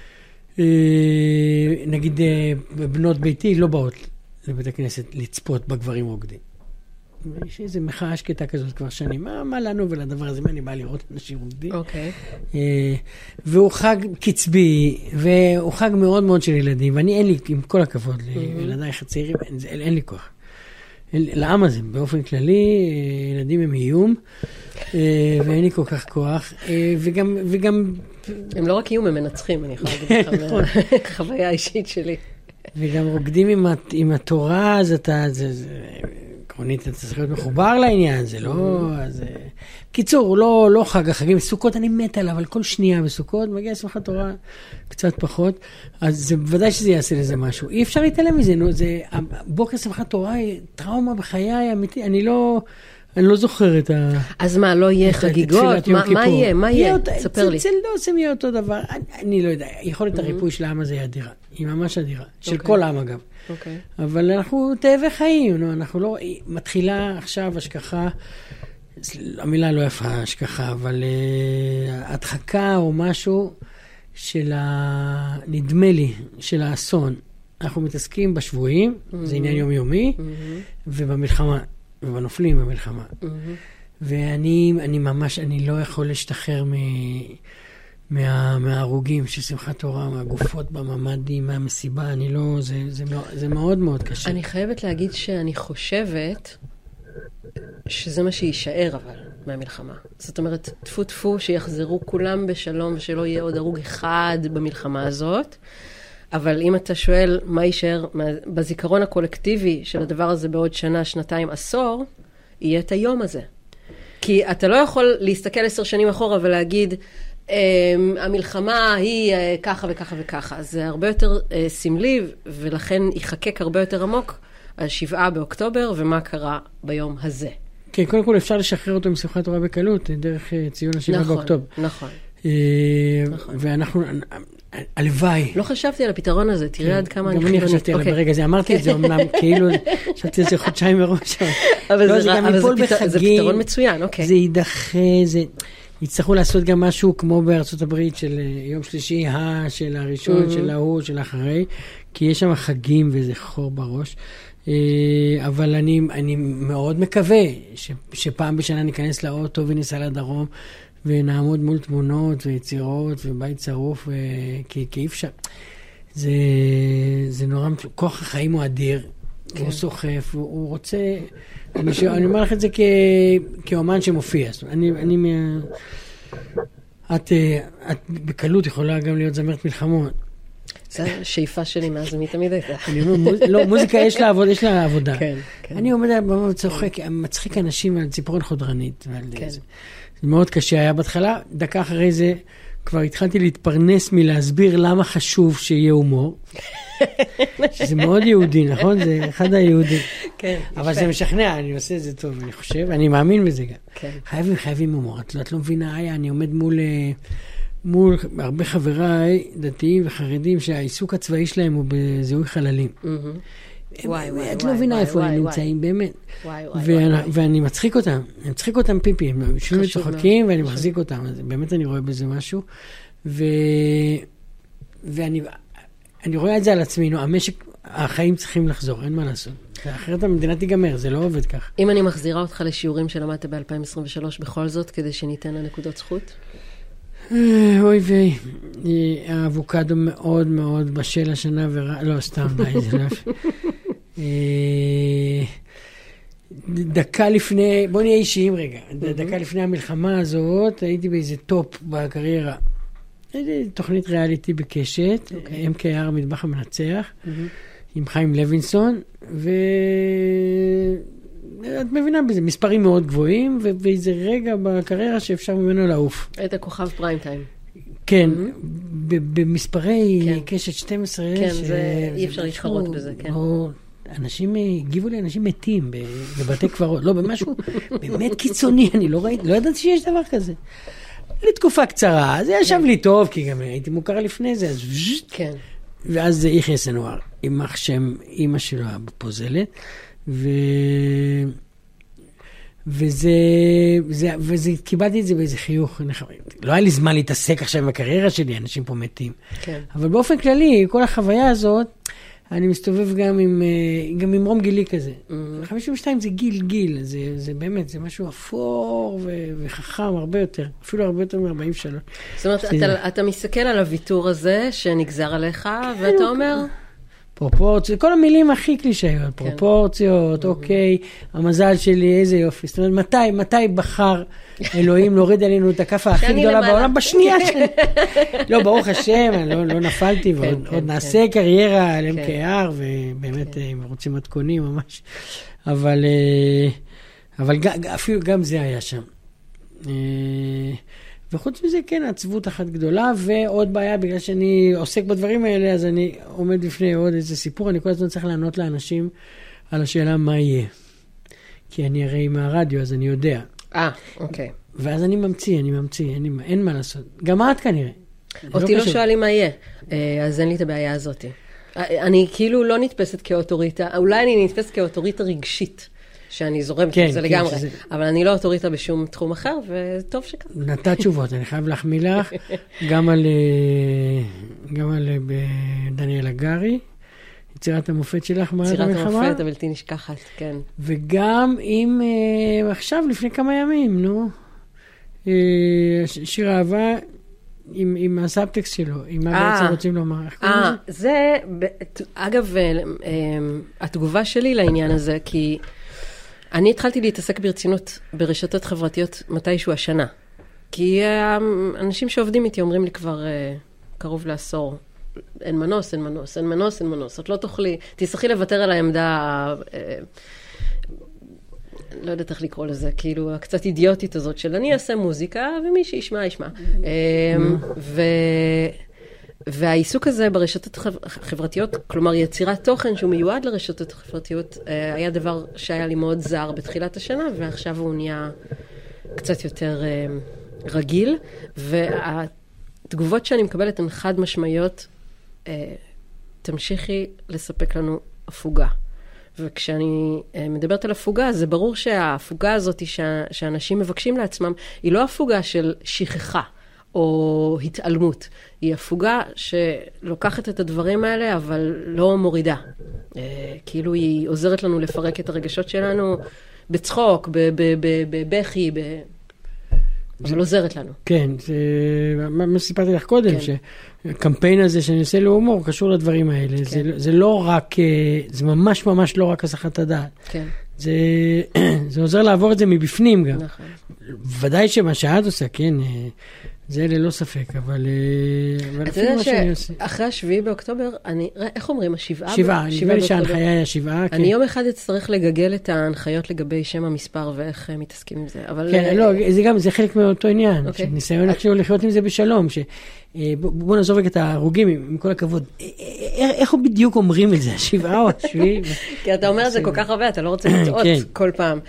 נגיד, בנות ביתי לא באות לבית הכנסת לצפות בגברים רוקדים. יש איזו מחאה שקטה כזאת כבר שנים. מה, מה לנו ולדבר הזה? מה אני בא לראות אנשים רוקדים? אוקיי. והוא חג קצבי, והוא חג מאוד מאוד של ילדים, ואני אין לי, עם כל הכבוד, לילדיי הצעירים, אין, אין לי כוח. לעם הזה, באופן כללי, ילדים הם איום, ואין לי כל כך כוח, וגם, וגם... הם לא רק איום, הם מנצחים, אני יכולה להגיד לך מהחוויה האישית שלי. וגם רוקדים עם, עם התורה, אז אתה... זה, זה, עקרונית, אתה צריך להיות מחובר לעניין, זה לא... אז... קיצור, לא, לא חג החגים, סוכות אני מת עליו, אבל כל שנייה בסוכות, מגיע שמחת תורה קצת פחות, אז זה בוודאי שזה יעשה לזה משהו. אי אפשר להתעלם מזה, נו, זה... בוקר שמחת תורה היא טראומה בחיי אמיתי, אני לא... אני לא זוכר את ה... אז מה, לא יהיה חגיגות? מה, מה יהיה? מה יהיה? תספר לי. אצל דוסם יהיה אותו דבר. אני, אני לא יודע. יכולת הריפוי של העם הזה היא אדירה. היא ממש אדירה. של כל העם אגב. אבל אנחנו תאבי חיים. אנחנו לא... מתחילה עכשיו השכחה, המילה לא יפה השכחה, אבל הדחקה או משהו של ה... נדמה לי, של האסון. אנחנו מתעסקים בשבועים, זה עניין יומיומי, ובמלחמה. ובנופלים במלחמה. Mm-hmm. ואני אני ממש, אני לא יכול להשתחרר מ, מה, מההרוגים של שמחת תורה, מהגופות בממדים, מהמסיבה, אני לא, זה, זה, זה מאוד מאוד קשה. אני חייבת להגיד שאני חושבת שזה מה שישאר אבל מהמלחמה. זאת אומרת, תפו תפו שיחזרו כולם בשלום ושלא יהיה עוד הרוג אחד במלחמה הזאת. אבל אם אתה שואל מה יישאר בזיכרון הקולקטיבי של הדבר הזה בעוד שנה, שנתיים, עשור, יהיה את היום הזה. כי אתה לא יכול להסתכל עשר שנים אחורה ולהגיד, המלחמה היא ככה וככה וככה. זה הרבה יותר סמלי, ולכן יחקק הרבה יותר עמוק על שבעה באוקטובר, ומה קרה ביום הזה. כן, קודם כל אפשר לשחרר אותו משמחת תורה בקלות, דרך ציון השבעה באוקטובר. נכון, נכון. ואנחנו... הלוואי. לא חשבתי על הפתרון הזה, תראה עד כמה אני חיונית. גם אני חשבתי עליו ברגע זה, אמרתי את זה, אמנם כאילו, חשבתי על זה חודשיים מראש. אבל זה פתרון מצוין, אוקיי. זה יידחה, זה... יצטרכו לעשות גם משהו כמו בארצות הברית של יום שלישי, של הראשון, של ההוא, של האחרי, כי יש שם חגים וזה חור בראש. אבל אני, אני מאוד מקווה ש, שפעם בשנה ניכנס לאוטו וניסע לדרום, ונעמוד מול תמונות ויצירות ובית צרוף, כי, כי אפשר. זה, זה נורא, כוח החיים הוא אדיר, כן. הוא סוחף, הוא, הוא רוצה, אני, ש, אני אומר לך את זה כ, כאומן שמופיע. אני, אני, את, את בקלות יכולה גם להיות זמרת מלחמות. זו השאיפה שלי מאז אני תמיד הייתה. לא, מוזיקה יש לה עבודה, יש לה עבודה. כן, כן. אני עומד וצוחק, מצחיק אנשים על ציפורן חודרנית. כן. זה מאוד קשה היה בהתחלה, דקה אחרי זה כבר התחלתי להתפרנס מלהסביר למה חשוב שיהיה הומור. שזה מאוד יהודי, נכון? זה אחד היהודים. כן. אבל זה משכנע, אני עושה את זה טוב, אני חושב, אני מאמין בזה גם. כן. חייבים, חייבים הומור. את לא מבינה, היה, אני עומד מול... מול הרבה חבריי דתיים וחרדים שהעיסוק הצבאי שלהם הוא בזיהוי חללים. את לא מבינה איפה הם נמצאים, באמת. ואני מצחיק אותם, אני מצחיק אותם פיפי, הם יושבים וצוחקים ואני מחזיק אותם, באמת אני רואה בזה משהו. ואני רואה את זה על עצמי, המשק, החיים צריכים לחזור, אין מה לעשות. אחרת המדינה תיגמר, זה לא עובד כך. אם אני מחזירה אותך לשיעורים שלמדת ב-אלפיים עשרים ושלוש בכל זאת, כדי שניתן לנקודות זכות? אוי ויי, האבוקדו מאוד מאוד בשל השנה ורע, לא סתם, די, זה לא. דקה לפני, בוא נהיה אישיים רגע, דקה לפני המלחמה הזאת, הייתי באיזה טופ בקריירה. הייתי תוכנית ריאליטי בקשת, אם כי אר המטבח המנצח, עם חיים לוינסון, ו... את מבינה בזה, מספרים מאוד גבוהים, ואיזה רגע בקריירה שאפשר ממנו לעוף. היית כוכב פריים טיים. כן, במספרי קשת שתים עשרה, כן, אי אפשר להתחרות בזה, כן. אנשים, הגיבו לי אנשים מתים בבתי קברות, לא במשהו באמת קיצוני, אני לא ראיתי, לא ידעתי שיש דבר כזה. לתקופה קצרה, זה ישב לי טוב, כי גם הייתי מוכר לפני זה, אז כן. ואז זה יחיא סנואר, יימח שם אמא שלו הפוזלת, ו... וזה, וזה, וזה, קיבלתי את זה באיזה חיוך. לא היה לי זמן להתעסק עכשיו עם הקריירה שלי, אנשים פה מתים. כן. אבל באופן כללי, כל החוויה הזאת, אני מסתובב גם עם, גם עם רום גילי כזה. Mm-hmm. חמישים ושתיים זה גיל גיל, זה, זה באמת, זה משהו אפור ו, וחכם הרבה יותר, אפילו הרבה יותר מ-ארבעים ושלוש. זאת אומרת, אתה, אתה מסתכל על הוויתור הזה שנגזר עליך, ואתה אומר... פרופורציות, כל המילים הכי קלישאיות, פרופורציות, אוקיי, המזל שלי, איזה יופי. זאת אומרת, מתי, מתי בחר אלוהים להוריד עלינו את הכף הכי גדולה בעולם? בשנייה שלי. לא, ברוך השם, לא נפלתי, ועוד נעשה קריירה על אם קי אר, ובאמת, אם רוצים מתכונים ממש. אבל, אבל אפילו גם זה היה שם. וחוץ מזה, כן, עצבות אחת גדולה, ועוד בעיה, בגלל שאני עוסק בדברים האלה, אז אני עומד לפני עוד איזה סיפור, אני כל הזמן צריך לענות לאנשים על השאלה מה יהיה. כי אני הרי מהרדיו, אז אני יודע. אה, אוקיי. ואז אני ממציא, אני ממציא, אין, אין מה לעשות. גם את כנראה. אותי לא, לא שואלים מה יהיה, אז אין לי את הבעיה הזאת. אני כאילו לא נתפסת כאוטוריטה, אולי אני נתפסת כאוטוריטה רגשית. שאני זורמת כן, זה כן, לגמרי, שזה... אבל אני לא אוטוריטה בשום תחום אחר, וטוב שכך. נתת תשובות, אני חייב להחמיא לך, גם על, גם על דניאל הגרי, יצירת המופת שלך, יצירת המופת, הבלתי נשכחת, כן. וגם עם, עכשיו, לפני כמה ימים, נו, שיר אהבה, עם, עם הסאבטקסט שלו, עם מה בעצם רוצים לומר. אה, זה, אגב, התגובה שלי לעניין הזה, כי... אני התחלתי להתעסק ברצינות ברשתות חברתיות מתישהו השנה. כי אנשים שעובדים איתי אומרים לי כבר קרוב לעשור, אין מנוס, אין מנוס, אין מנוס, אין מנוס. את לא תוכלי, תצטרכי לוותר על העמדה, לא יודעת איך לקרוא לזה, כאילו הקצת אידיוטית הזאת של אני אעשה מוזיקה ומי שישמע, ישמע. ו... והעיסוק הזה ברשתות החברתיות, כלומר יצירת תוכן שהוא מיועד לרשתות החברתיות, היה דבר שהיה לי מאוד זר בתחילת השנה, ועכשיו הוא נהיה קצת יותר רגיל, התגובות שאני מקבלת הן חד משמעיות, תמשיכי לספק לנו הפוגה. וכשאני מדברת על הפוגה, זה ברור שההפוגה הזאת שאנשים מבקשים לעצמם, היא לא הפוגה של שכחה או התעלמות. היא הפוגה שלוקחת את הדברים האלה, אבל לא מורידה. כאילו היא עוזרת לנו לפרק את הרגשות שלנו בצחוק, בבכי, אבל עוזרת לנו. כן, מה שסיפרתי לך קודם, שהקמפיין הזה שאני עושה להומור קשור לדברים האלה. זה לא רק, זה ממש ממש לא רק הסחת הדעת. כן. זה עוזר לעבור את זה מבפנים גם. נכון. ודאי שמה שאת עושה, כן, זה ללא ספק, אבל... אתה יודע שאחרי השביעי באוקטובר, אני, איך אומרים, השבעה? שבעה, נדמה לי שההנחיה היא השבעה. אני יום אחד אצטרך לגגל את ההנחיות לגבי שם המספר ואיך מתעסקים עם זה, אבל... כן, לא, זה גם, זה חלק מאותו עניין, ניסיון איכשהו לחיות עם זה בשלום, בואו נעזוב את ההרוגים, עם כל הכבוד. איך הוא בדיוק אומרים את זה, השבעה או השביעי? כי אתה אומר את זה כל כך הרבה, אתה לא רוצה לטעות כל פעם.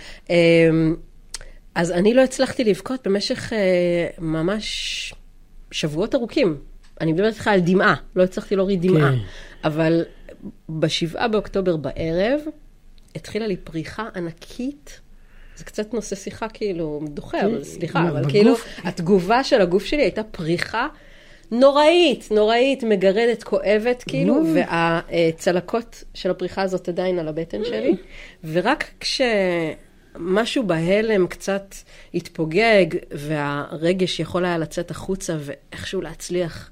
אז אני לא הצלחתי לבכות במשך אה, ממש שבועות ארוכים. אני מדברת איתך על דמעה, לא הצלחתי להוריד דמעה. כן. אבל בשבעה באוקטובר בערב, התחילה לי פריחה ענקית. זה קצת נושא שיחה כאילו דוחה, אבל סליחה, אבל בגוף... כאילו התגובה של הגוף שלי הייתה פריחה נוראית, נוראית, מגרדת, כואבת כאילו, והצלקות של הפריחה הזאת עדיין על הבטן שלי. ורק כש... משהו בהלם קצת התפוגג, והרגש יכול היה לצאת החוצה, ואיכשהו להצליח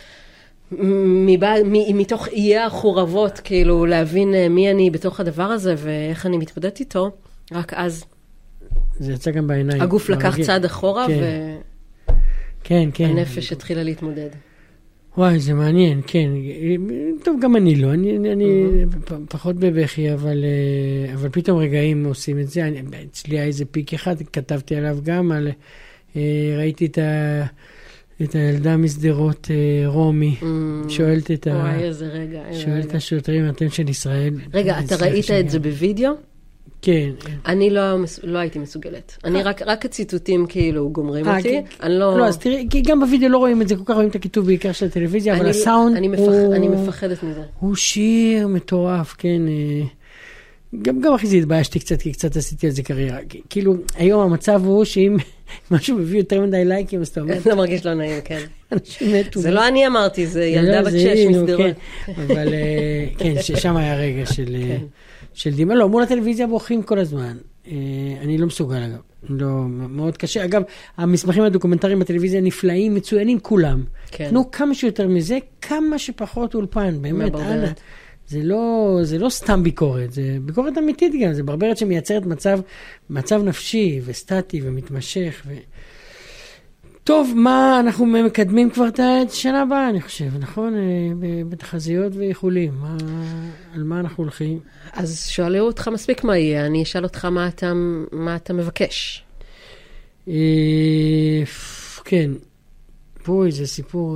מבא, מ, מתוך איי החורבות, כאילו להבין מי אני בתוך הדבר הזה, ואיך אני מתמודדת איתו, רק אז... זה יצא גם בעיניים. הגוף לקח צעד אחורה, כן. ו... כן, כן. הנפש התחילה להתמודד. וואי, זה מעניין, כן. טוב, גם אני לא, אני, אני mm-hmm. פחות בבכי, אבל, אבל פתאום רגעים עושים את זה. אני, אצלי היה איזה פיק אחד, כתבתי עליו גם, על, ראיתי את, ה, את הילדה מסדרות רומי, mm-hmm. שואלת את, וואי, ה, איזה רגע, שואלת את השוטרים, אתם של ישראל. רגע, אתה ראית שגם. את זה בווידאו? כן. אני לא, לא הייתי מסוגלת. אני רק, רק הציטוטים כאילו גומרים 아, אותי. כי, אני לא... לא, אז תראי, כי גם בווידאו לא רואים את זה, כל כך רואים את הכיתוב בעיקר של הטלוויזיה, אבל הסאונד אני מפח... הוא... אני מפחדת מזה. הוא שיר מטורף, כן. גם, גם אחרי זה התביישתי קצת, כי קצת עשיתי על זה קריירה. כאילו, היום המצב הוא שאם משהו מביא יותר מדי לייקים, אז אתה אומר... זה מרגיש לא נעים, כן. זה לא אני אמרתי, זה ילדה בת שש מסדרות. אבל כן, שם היה רגע של... של דימה, לא, מול הטלוויזיה בוכים כל הזמן. אני לא מסוגל, אגב. לא, מאוד קשה. אגב, המסמכים הדוקומנטריים בטלוויזיה נפלאים, מצוינים כולם. כן. תנו כמה שיותר מזה, כמה שפחות אולפן. באמת, אנא. זה לא, זה לא סתם ביקורת, זה ביקורת אמיתית גם. זה ברברת שמייצרת מצב, מצב נפשי וסטטי ומתמשך. ו... טוב, מה אנחנו מקדמים כבר את השנה הבאה, אני חושב, נכון? בתחזיות ואיחולים. מה, על מה אנחנו הולכים? אז שואלו אותך מספיק מה יהיה, אני אשאל אותך מה אתה, מה אתה מבקש. כן, פה איזה סיפור.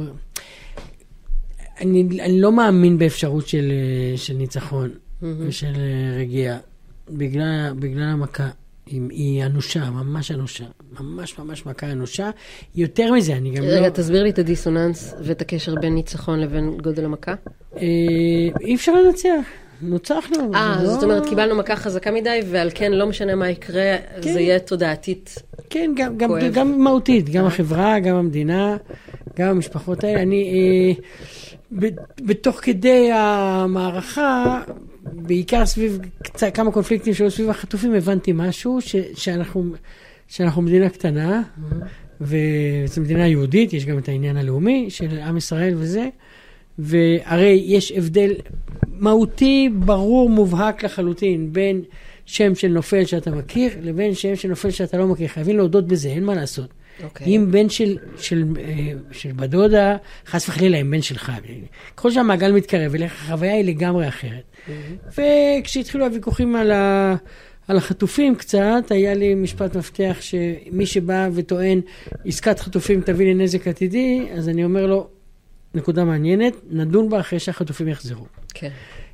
אני, אני לא מאמין באפשרות של, של ניצחון ושל רגיעה, בגלל, בגלל המכה. היא אנושה, ממש אנושה, ממש ממש מכה אנושה. יותר מזה, אני גם לא... רגע, תסביר לי את הדיסוננס ואת הקשר בין ניצחון לבין גודל המכה. אי אפשר לנצח, נוצחנו. אה, זאת אומרת, קיבלנו מכה חזקה מדי, ועל כן לא משנה מה יקרה, זה יהיה תודעתית. כן, גם מהותית, גם החברה, גם המדינה, גם המשפחות האלה. אני, בתוך כדי המערכה, בעיקר סביב קצת, כמה קונפליקטים שהיו סביב החטופים, הבנתי משהו, ש, שאנחנו, שאנחנו מדינה קטנה, mm-hmm. וזו מדינה יהודית, יש גם את העניין הלאומי של עם ישראל וזה, והרי יש הבדל מהותי, ברור, מובהק לחלוטין, בין שם של נופל שאתה מכיר, לבין שם של נופל שאתה לא מכיר. חייבים להודות בזה, אין מה לעשות. Okay. אם בן של, של, של בדודה, חס וחלילה, אם בן שלך. ככל שהמעגל מתקרב אליך, החוויה היא לגמרי אחרת. Mm-hmm. וכשהתחילו הוויכוחים על, ה, על החטופים קצת, היה לי משפט מפתח שמי שבא וטוען, עסקת חטופים תביא לי נזק עתידי, אז אני אומר לו, נקודה מעניינת, נדון בה אחרי שהחטופים יחזרו. כן. Okay.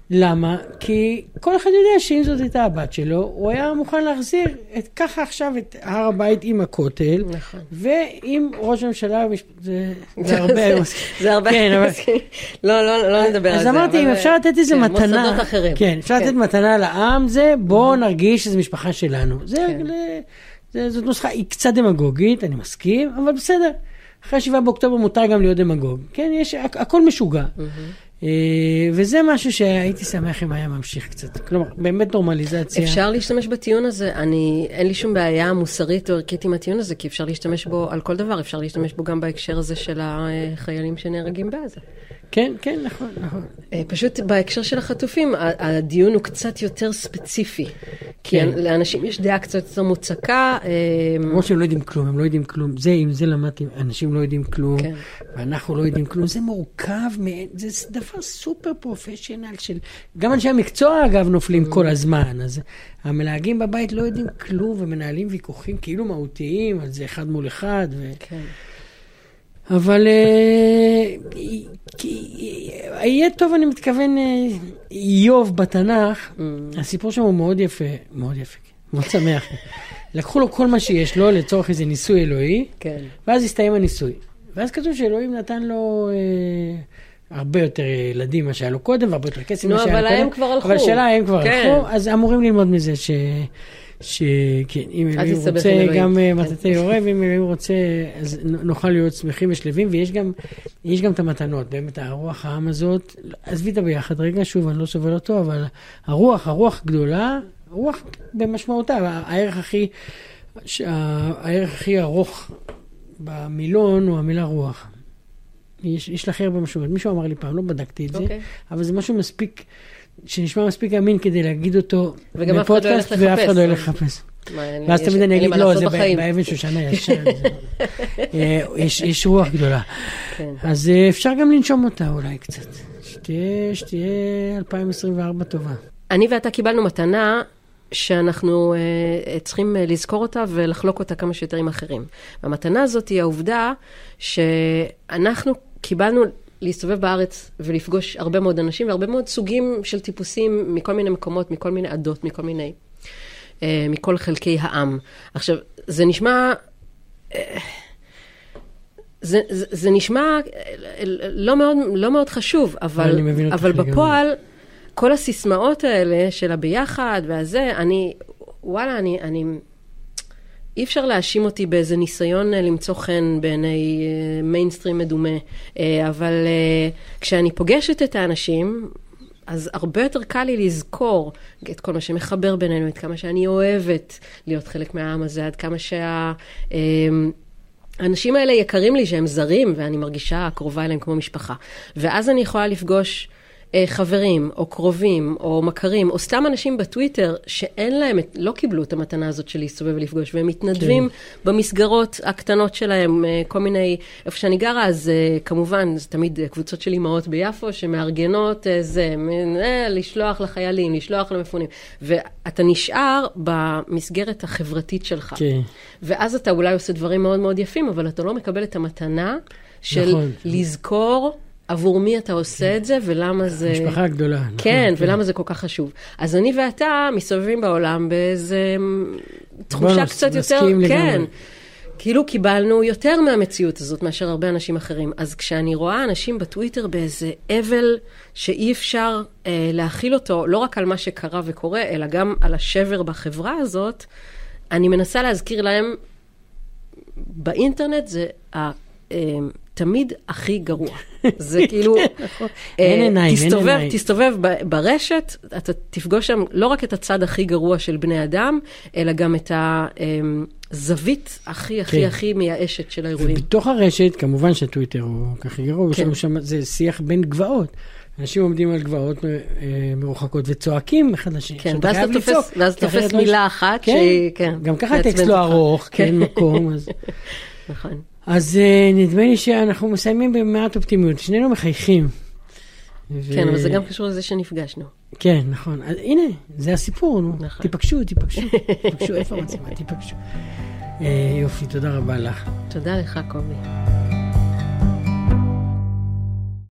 למה? כי כל אחד יודע שאם זאת הייתה הבת שלו, הוא היה מוכן להחזיר את ככה עכשיו את הר הבית עם הכותל, נכון. ועם ראש הממשלה, זה, זה הרבה... זה הרבה... כן, אבל... לא, לא, לא נדבר על זה. אז אמרתי, אם אפשר לתת איזה כן, מתנה... מוסדות אחרים. כן, אפשר כן. לתת מתנה לעם, זה בואו נרגיש שזו משפחה שלנו. זה, כן. ל... זה, זאת נוסחה, היא קצת דמגוגית, אני מסכים, אבל בסדר. אחרי שבעה באוקטובר מותר גם להיות דמגוג. כן, יש, הכל משוגע. Mm-hmm. וזה משהו שהייתי שמח אם היה ממשיך קצת. כלומר, באמת נורמליזציה. אפשר להשתמש בטיעון הזה. אני, אין לי שום בעיה מוסרית או ערכית עם הטיעון הזה, כי אפשר להשתמש בו על כל דבר. אפשר להשתמש בו גם בהקשר הזה של החיילים שנהרגים בעזה. כן, כן, נכון, נכון. פשוט בהקשר של החטופים, הדיון הוא קצת יותר ספציפי. כי לאנשים יש דעה קצת יותר מוצקה. כמו שהם לא יודעים כלום, הם לא יודעים כלום. זה, אם זה למדתי, אנשים לא יודעים כלום, ואנחנו לא יודעים כלום. זה מורכב, זה דבר סופר פרופשיונל של... גם אנשי המקצוע, אגב, נופלים כל הזמן. אז המלהגים בבית לא יודעים כלום, ומנהלים ויכוחים כאילו מהותיים, על זה אחד מול אחד. כן. אבל יהיה טוב, אני מתכוון, איוב בתנ"ך, הסיפור שם הוא מאוד יפה, מאוד יפה, מאוד שמח. לקחו לו כל מה שיש לו לצורך איזה ניסוי אלוהי, ואז הסתיים הניסוי. ואז כתוב שאלוהים נתן לו הרבה יותר ילדים מה שהיה לו קודם, והרבה יותר כסף מה שהיה לו קודם. אבל הם כבר הלכו. אבל שאלה, הם כבר הלכו, אז אמורים ללמוד מזה ש... שכן, אם אלוהים רוצה גם מתתי יורה, ואם אלוהים רוצה, אז נוכל להיות שמחים ושלבים, ויש גם, יש גם את המתנות, באמת הרוח העם הזאת, עזבי את ביחד רגע, שוב, אני לא סובל אותו, אבל הרוח, הרוח גדולה, הרוח במשמעותה, הערך הכי, הערך הכי ארוך במילון הוא המילה רוח. יש, יש לך הרבה משמעות. מישהו אמר לי פעם, לא בדקתי את זה, okay. אבל זה משהו מספיק, שנשמע מספיק אמין כדי להגיד אותו בפודקאסט, ואף אחד לא ילך לחפש. ואז תמיד אני אגיד, לא, זה באבן שושנה ישן. יש רוח גדולה. אז אפשר גם לנשום אותה אולי קצת. שתהיה אלפיים עשרים וארבע טובה. אני ואתה קיבלנו מתנה שאנחנו צריכים לזכור אותה ולחלוק אותה כמה שיותר עם אחרים. והמתנה הזאת היא העובדה שאנחנו קיבלנו להסתובב בארץ ולפגוש הרבה מאוד אנשים, והרבה מאוד סוגים של טיפוסים מכל מיני מקומות, מכל מיני עדות, מכל מיני, אה, מכל חלקי העם. עכשיו, זה נשמע, אה, זה, זה, זה נשמע לא מאוד, לא מאוד חשוב, אבל, אבל בפועל, כל הסיסמאות האלה של הביחד והזה, אני, וואלה, אני, אני, אי אפשר להאשים אותי באיזה ניסיון למצוא חן בעיני מיינסטרים מדומה, אבל כשאני פוגשת את האנשים, אז הרבה יותר קל לי לזכור את כל מה שמחבר בינינו, את כמה שאני אוהבת להיות חלק מהעם הזה, עד כמה שהאנשים האלה יקרים לי שהם זרים, ואני מרגישה קרובה אליהם כמו משפחה. ואז אני יכולה לפגוש חברים, או קרובים, או מכרים, או סתם אנשים בטוויטר, שאין להם, לא קיבלו את המתנה הזאת של להסתובב ולפגוש, והם מתנדבים כן. במסגרות הקטנות שלהם, כל מיני, איפה שאני גרה, אז כמובן, זה תמיד קבוצות של אמהות ביפו, שמארגנות זה, לשלוח לחיילים, לשלוח למפונים, ואתה נשאר במסגרת החברתית שלך. כן. ואז אתה אולי עושה דברים מאוד מאוד יפים, אבל אתה לא מקבל את המתנה של נכון. לזכור, עבור מי אתה עושה את זה, ולמה זה... משפחה גדולה. כן, ולמה זה כל כך חשוב. אז אני ואתה מסתובבים בעולם באיזה תחושה קצת יותר... כן, כאילו קיבלנו יותר מהמציאות הזאת, מאשר הרבה אנשים אחרים. אז כשאני רואה אנשים בטוויטר באיזה אבל שאי אפשר להכיל אותו, לא רק על מה שקרה וקורה, אלא גם על השבר בחברה הזאת, אני מנסה להזכיר להם, באינטרנט זה ה... תמיד הכי גרוע. זה כאילו, תסתובב, תסתובב ברשת, אתה תפגוש שם לא רק את הצד הכי גרוע של בני אדם, אלא גם את הזווית הכי הכי הכי מייאשת של האירועים. בתוך הרשת, כמובן שהטוויטר הוא ככה גרוע, זה שיח בין גבעות. אנשים עומדים על גבעות מרוחקות וצועקים אחד לשני. כן, ואז תופס מילה אחת שהיא, כן. גם ככה הטקסט לא ארוך, כן, מקום. נכון. אז נדמה לי שאנחנו מסיימים במעט אופטימיות. שנינו מחייכים. כן, אבל זה גם קשור לזה שנפגשנו. כן, נכון. אז הנה, זה הסיפור. תיפגשו, תיפגשו. תיפגשו, איפה המצלמה? תיפגשו. יופי, תודה רבה לך. תודה לך, קובי.